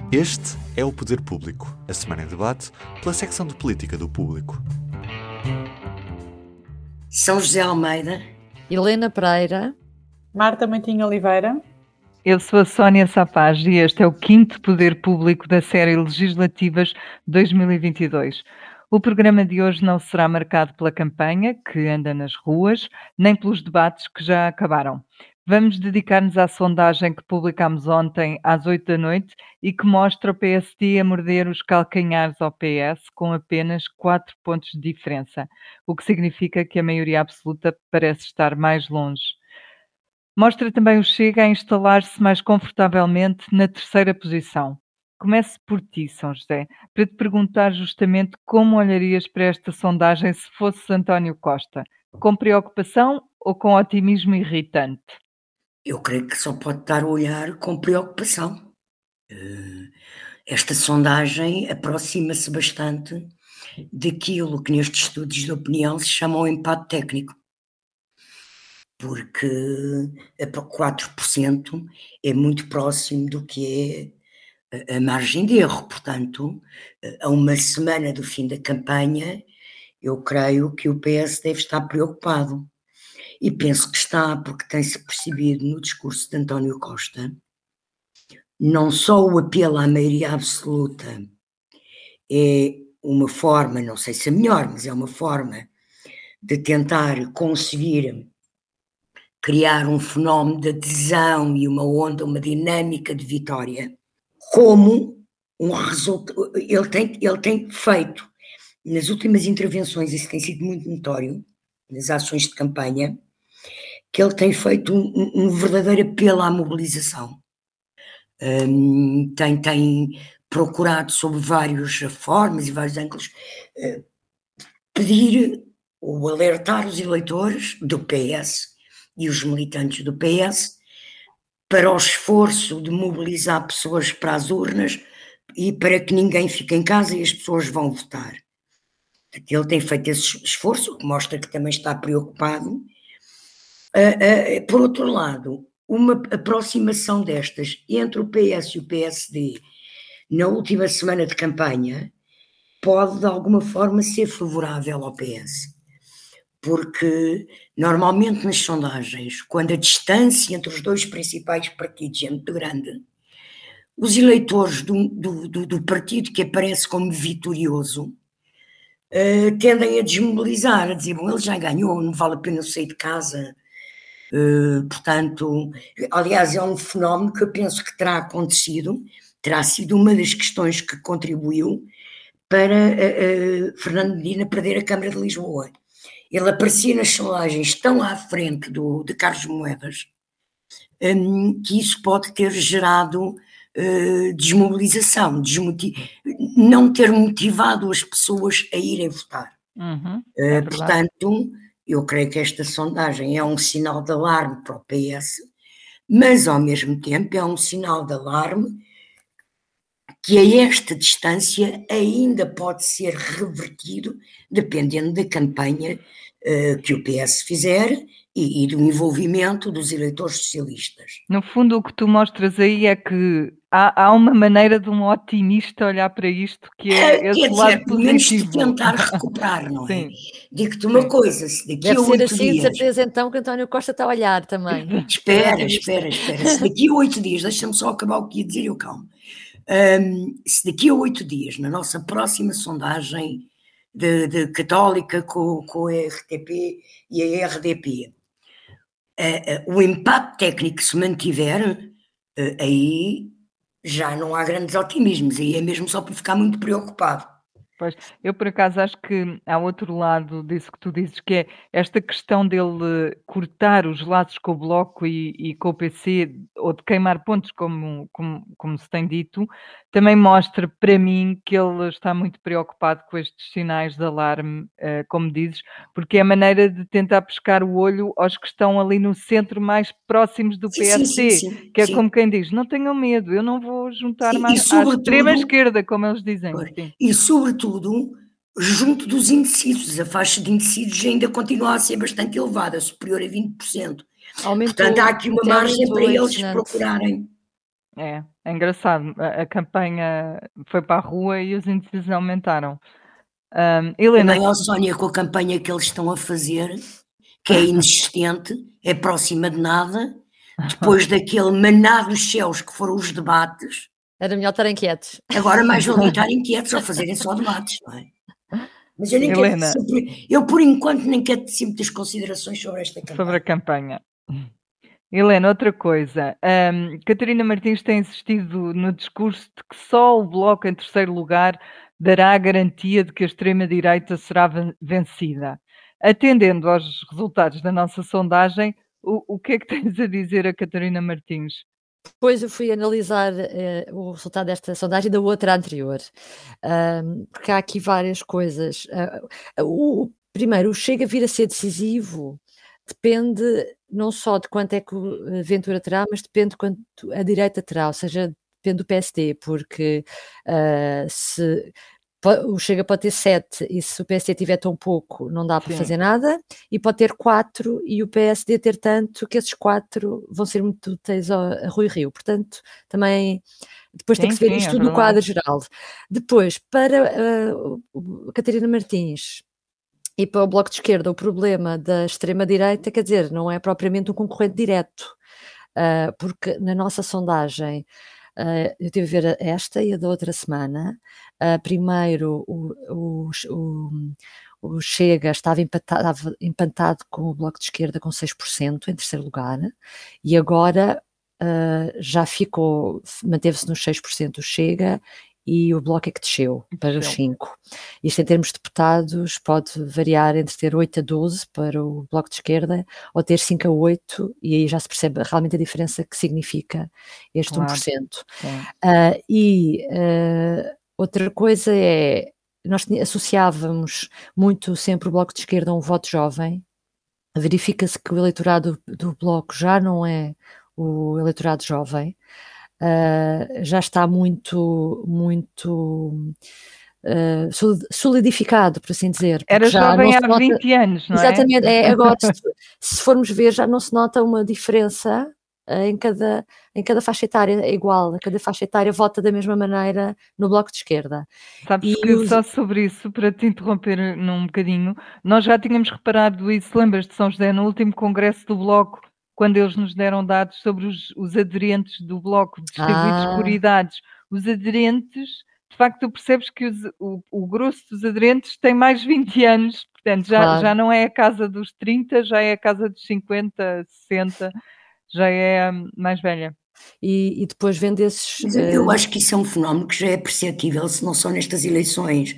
Este é o Poder Público, a semana em debate pela secção de Política do Público. São José Almeida, Helena Pereira, Marta Montinho Oliveira. Eu sou a Sónia Sapaz e este é o 5º Poder Público da série Legislativas 2022. O programa de hoje não será marcado pela campanha, que anda nas ruas, nem pelos debates que já acabaram. Vamos dedicar-nos à sondagem que publicámos ontem às 8 da noite e que mostra o PSD a morder os calcanhares ao PS com apenas 4 pontos de diferença, o que significa que a maioria absoluta parece estar mais longe. Mostra também o Chega a instalar-se mais confortavelmente na terceira posição. Comece por ti, São José, para te perguntar justamente como olharias para esta sondagem se fosses António Costa, com preocupação ou com otimismo irritante? eu creio que só pode estar a olhar com preocupação. Esta sondagem aproxima-se bastante daquilo que nestes estudos de opinião se chama o empate técnico, porque 4% é muito próximo do que é a margem de erro. Portanto, a uma semana do fim da campanha, eu creio que o PS deve estar preocupado. E penso que está, porque tem-se percebido no discurso de António Costa, não só o apelo à maioria absoluta é uma forma, não sei se é melhor, mas é uma forma de tentar conseguir criar um fenómeno de adesão e uma onda, uma dinâmica de vitória, como um resultado. Ele tem feito, nas últimas intervenções, isso tem sido muito notório, nas ações de campanha, que ele tem feito um verdadeiro apelo à mobilização. Tem procurado, sob várias formas e vários ângulos, pedir ou alertar os eleitores do PS e os militantes do PS para o esforço de mobilizar pessoas para as urnas e para que ninguém fique em casa e as pessoas vão votar. Ele tem feito esse esforço, o que mostra que também está preocupado. Por outro lado, uma aproximação destas entre o PS e o PSD na última semana de campanha pode de alguma forma ser favorável ao PS, porque normalmente nas sondagens, quando a distância entre os dois principais partidos é muito grande, os eleitores do partido que aparece como vitorioso tendem a desmobilizar, a dizer, bom, ele já ganhou, não vale a pena sair de casa. Portanto, aliás, é um fenómeno que eu penso que terá acontecido, terá sido uma das questões que contribuiu para Fernando Medina perder a Câmara de Lisboa. Ele aparecia nas sondagens tão à frente de Carlos Moedas que isso pode ter gerado desmobilização, não ter motivado as pessoas a irem votar. Portanto, eu creio que esta sondagem é um sinal de alarme para o PS, mas ao mesmo tempo é um sinal de alarme que a esta distância ainda pode ser revertido dependendo da campanha que o PS fizer e do envolvimento dos eleitores socialistas. No fundo, o que tu mostras aí é que há uma maneira de um otimista olhar para isto, que é esse lado positivo. Pelo menos de tentar recuperar, não é? Sim. Digo-te uma coisa, se daqui deve a 8 ser assim, dias... de certeza então que António Costa está a olhar também. Espera, se daqui a 8 dias, deixa-me só acabar o que ia dizer, eu calmo. Se daqui a 8 dias, na nossa próxima sondagem de Católica com a RTP e a RDP, o empate técnico se mantiver, aí já não há grandes otimismos, aí é mesmo só para ficar muito preocupado. Pois, eu por acaso acho que há outro lado disso que tu dizes, que é esta questão dele cortar os laços com o Bloco e com o PC, ou de queimar pontos, como se tem dito, também mostra para mim que ele está muito preocupado com estes sinais de alarme, como dizes, porque é a maneira de tentar pescar o olho aos que estão ali no centro mais próximos do PSD, Sim, que é como quem diz, não tenham medo, eu não vou juntar-me à extrema esquerda, como eles dizem. E sobretudo, junto dos indecisos, a faixa de indecisos ainda continua a ser bastante elevada, superior a 20%. Portanto, há aqui uma margem para eles procurarem. É engraçado. A campanha foi para a rua e os indecisos aumentaram. Helena, Também, ó Sónia, com a campanha que eles estão a fazer, que é inexistente, é próxima de nada, depois daquele maná dos céus que foram os debates, Era melhor estarem quietos. agora mais valia estar inquietos ou fazerem só debates, não é? Mas eu nem quero Helena, eu por enquanto nem quero tecer muitas considerações sobre esta sobre a campanha. campanha. Helena, outra coisa. Catarina Martins tem insistido no discurso de que só o Bloco em terceiro lugar dará a garantia de que a extrema-direita será vencida. Atendendo aos resultados da nossa sondagem, o que é que tens a dizer a Catarina Martins? Depois eu fui analisar o resultado desta sondagem e da outra anterior, porque há aqui várias coisas. Primeiro, o Chega vir a ser decisivo depende não só de quanto é que o Ventura terá, mas depende de quanto a direita terá, ou seja, depende do PSD, porque se o Chega pode ter 7 e se o PSD tiver tão pouco não dá para Sim. fazer nada, e pode ter 4 e o PSD ter tanto que esses 4 vão ser muito úteis a Rui Rio. Portanto, também depois tem que se ver Sim, isto é tudo no verdade. quadro geral. Depois, para Catarina Martins e para o Bloco de Esquerda, o problema da extrema-direita, quer dizer, não é propriamente um concorrente direto, porque na nossa sondagem, eu tive a ver esta e a da outra semana. Primeiro, o Chega estava empatado com o Bloco de Esquerda com 6% em terceiro lugar, e agora já manteve-se nos 6% o Chega e o Bloco é que desceu para os 5. Isto em termos de deputados pode variar entre ter 8 a 12 para o Bloco de Esquerda ou ter 5 a 8, e aí já se percebe realmente a diferença que significa este Claro. 1%. Sim. Outra coisa é, nós associávamos muito sempre o Bloco de Esquerda a um voto jovem. Verifica-se que o eleitorado do Bloco já não é o eleitorado jovem, já está muito solidificado, por assim dizer. Era já jovem não há se nota, 20 anos, não é? exatamente, agora se formos ver já não se nota uma diferença em cada faixa etária, é igual, cada faixa etária vota da mesma maneira no Bloco de Esquerda. Sabes que só sobre isso, para te interromper num bocadinho, nós já tínhamos reparado isso, lembras-te, São José, no último congresso do Bloco, quando eles nos deram dados sobre os aderentes do Bloco, distribuídos por idades. Os aderentes, de facto, tu percebes que o grosso dos aderentes tem mais 20 anos, portanto, já não é a casa dos 30, já é a casa dos 50, 60, já é mais velha. E depois vendo esses... Eu acho que isso é um fenómeno que já é perceptível, se não só nestas eleições.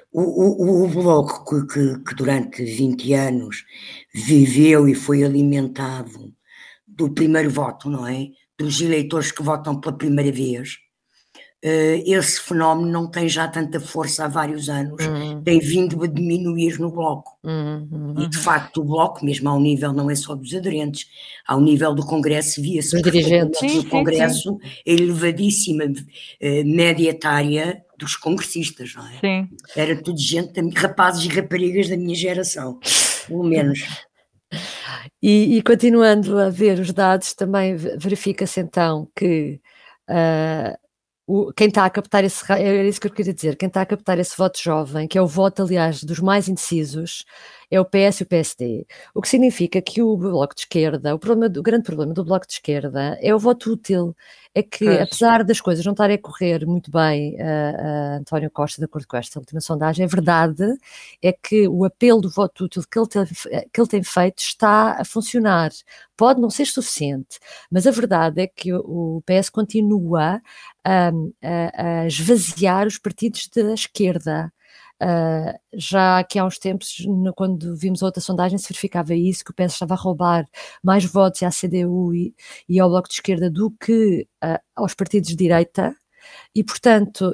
O Bloco que durante 20 anos viveu e foi alimentado do primeiro voto, não é? Dos eleitores que votam pela primeira vez. Esse fenómeno não tem já tanta força há vários anos, tem vindo a diminuir no Bloco. E de facto o Bloco, mesmo ao nível, não é só dos aderentes, ao nível do Congresso, via-se perfeitamente no Congresso a elevadíssima média etária dos congressistas, não é? Sim. Era tudo gente, rapazes e raparigas da minha geração, pelo menos. E continuando a ver os dados, também verifica-se então que quem está a captar era isso que eu queria dizer, quem está a captar esse voto jovem, que é o voto, aliás, dos mais indecisos, é o PS e o PSD. O que significa que o Bloco de Esquerda, o grande problema do Bloco de Esquerda é o voto útil. É que, apesar das coisas não estarem a correr muito bem a António Costa, de acordo com esta última sondagem, a verdade é que o apelo do voto útil que ele tem feito está a funcionar. Pode não ser suficiente, mas a verdade é que o PS continua a esvaziar os partidos da esquerda. Já que há uns tempos, quando vimos a outra sondagem, se verificava isso, que o PS estava a roubar mais votos à CDU e ao Bloco de Esquerda do que aos partidos de direita, e portanto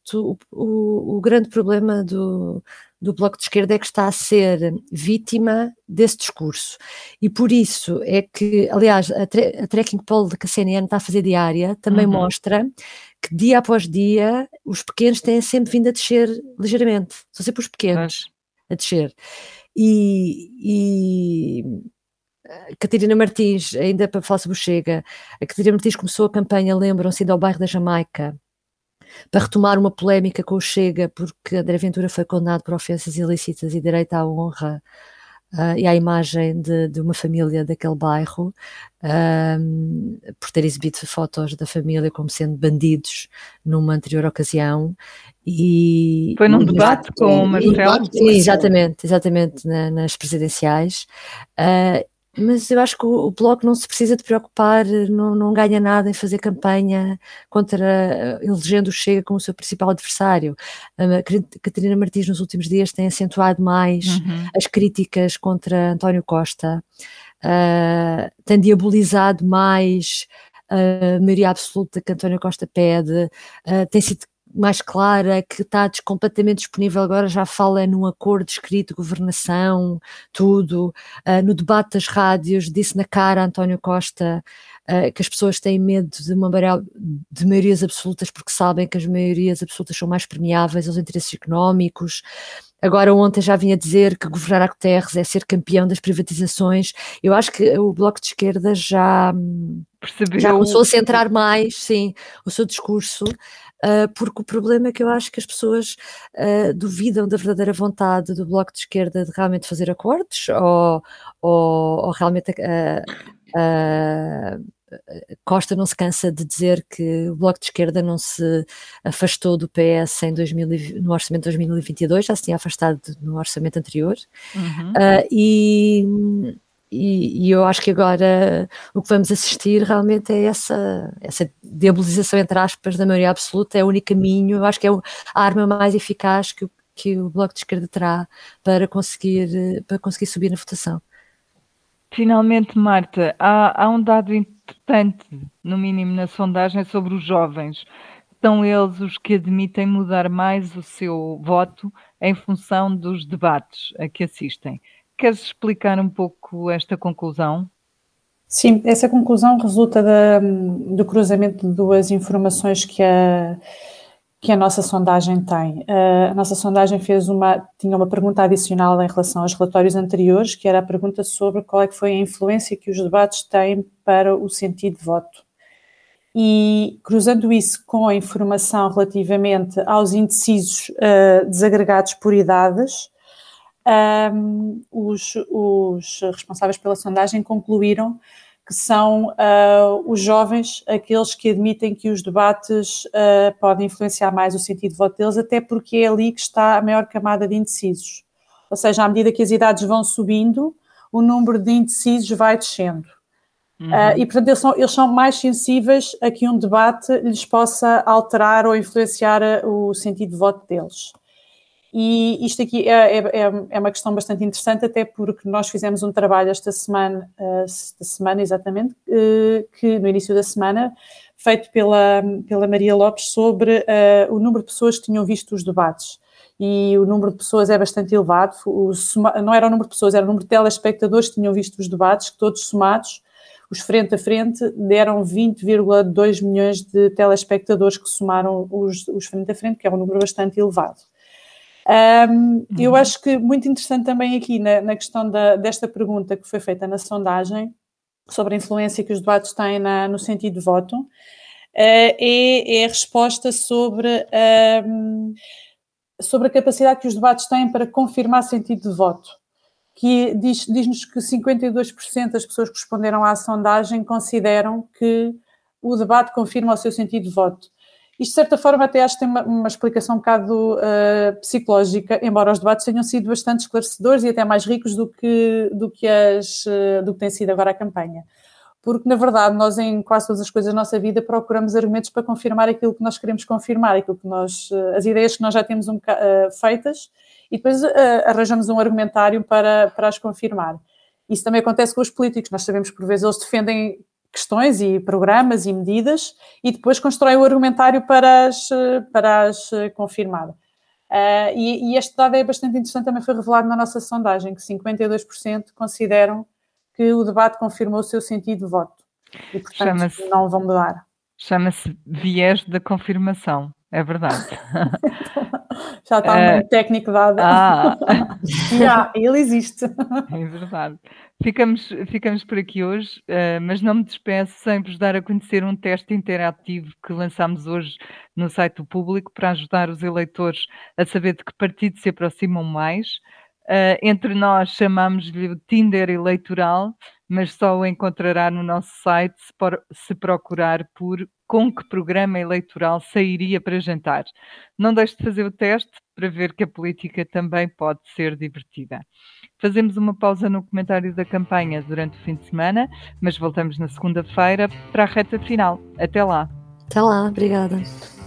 o grande problema do Bloco de Esquerda é que está a ser vítima desse discurso, e por isso é que, aliás, a tracking poll que a CNN está a fazer diária também mostra que dia após dia os pequenos têm sempre vindo a descer ligeiramente, são sempre os pequenos a descer, e Catarina Martins, ainda para falar sobre o Chega, a Catarina Martins começou a campanha, lembram-se, ainda ao bairro da Jamaica, para retomar uma polémica com o Chega, porque André Ventura foi condenado por ofensas ilícitas e direito à honra e à imagem de uma família daquele bairro, por ter exibido fotos da família como sendo bandidos numa anterior ocasião. E Foi num debate com o Marcelo? Sim, exatamente nas presidenciais. Mas eu acho que o Bloco não se precisa de preocupar, não ganha nada em fazer campanha contra, elegendo o Chega como o seu principal adversário. A Catarina Martins nos últimos dias tem acentuado mais as críticas contra António Costa, tem diabolizado mais a maioria absoluta que António Costa pede, tem sido mais clara, que está completamente disponível agora, já fala num acordo escrito de governação, tudo. No debate das rádios, disse na cara a António Costa que as pessoas têm medo de maiorias absolutas porque sabem que as maiorias absolutas são mais permeáveis aos interesses económicos. Agora ontem já vinha dizer que governar a Guterres é ser campeão das privatizações. Eu acho que o Bloco de Esquerda já começou a centrar mais, sim, o seu discurso, porque o problema é que eu acho que as pessoas duvidam da verdadeira vontade do Bloco de Esquerda de realmente fazer acordos ou realmente Costa não se cansa de dizer que o Bloco de Esquerda não se afastou do PS no orçamento de 2022, já se tinha afastado no orçamento anterior. E eu acho que agora o que vamos assistir realmente é essa diabolização, entre aspas, da maioria absoluta. É o único caminho, eu acho que é a arma mais eficaz que o Bloco de Esquerda terá para conseguir subir na votação. Finalmente, Marta, há um dado importante, no mínimo na sondagem, sobre os jovens. São eles os que admitem mudar mais o seu voto em função dos debates a que assistem. Queres explicar um pouco esta conclusão? Sim, essa conclusão resulta do cruzamento de duas informações que a nossa sondagem tem. A nossa sondagem tinha uma pergunta adicional em relação aos relatórios anteriores, que era a pergunta sobre qual é que foi a influência que os debates têm para o sentido de voto. E cruzando isso com a informação relativamente aos indecisos desagregados por idades, os responsáveis pela sondagem concluíram que são os jovens aqueles que admitem que os debates podem influenciar mais o sentido de voto deles, até porque é ali que está a maior camada de indecisos. Ou seja, à medida que as idades vão subindo, o número de indecisos vai descendo. E, portanto, eles são mais sensíveis a que um debate lhes possa alterar ou influenciar o sentido de voto deles. E isto aqui é uma questão bastante interessante, até porque nós fizemos um trabalho esta semana exatamente, que no início da semana, feito pela Maria Lopes, sobre o número de pessoas que tinham visto os debates. E o número de pessoas é bastante elevado, não era o número de pessoas, era o número de telespectadores que tinham visto os debates, que todos somados, os frente a frente, deram 20,2 milhões de telespectadores que somaram os frente a frente, que é um número bastante elevado. Eu acho que muito interessante também aqui na questão desta pergunta que foi feita na sondagem sobre a influência que os debates têm no sentido de voto, é a resposta sobre a capacidade que os debates têm para confirmar sentido de voto, que diz-nos que 52% das pessoas que responderam à sondagem consideram que o debate confirma o seu sentido de voto. Isto, de certa forma, até acho que tem uma explicação um bocado psicológica, embora os debates tenham sido bastante esclarecedores e até mais ricos do que tem sido agora a campanha. Porque, na verdade, nós em quase todas as coisas da nossa vida procuramos argumentos para confirmar aquilo que nós queremos confirmar, as ideias que nós já temos feitas, e depois arranjamos um argumentário para as confirmar. Isso também acontece com os políticos. Nós sabemos que, por vezes, eles defendem questões e programas e medidas e depois constroem o argumentário para as confirmar. E este dado é bastante interessante, também foi revelado na nossa sondagem, que 52% consideram que o debate confirmou o seu sentido de voto e, portanto, não vão mudar. Chama-se viés da confirmação, é verdade. Já está um nome técnico dado. Ele existe. É verdade. ficamos por aqui hoje, mas não me despeço sem vos dar a conhecer um teste interativo que lançámos hoje no site do Público para ajudar os eleitores a saber de que partido se aproximam mais. Entre nós chamámos-lhe o Tinder eleitoral, mas só o encontrará no nosso site se procurar por com que programa eleitoral sairia para jantar. Não deixe de fazer o teste para ver que a política também pode ser divertida. Fazemos uma pausa no comentário da campanha durante o fim de semana, mas voltamos na segunda-feira para a reta final. Até lá! Até lá, obrigada.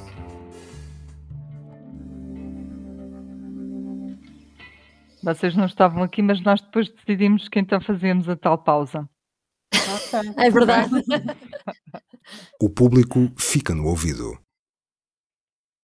Vocês não estavam aqui, mas nós depois decidimos que então fazíamos a tal pausa. Ok. É verdade. O Público fica no ouvido.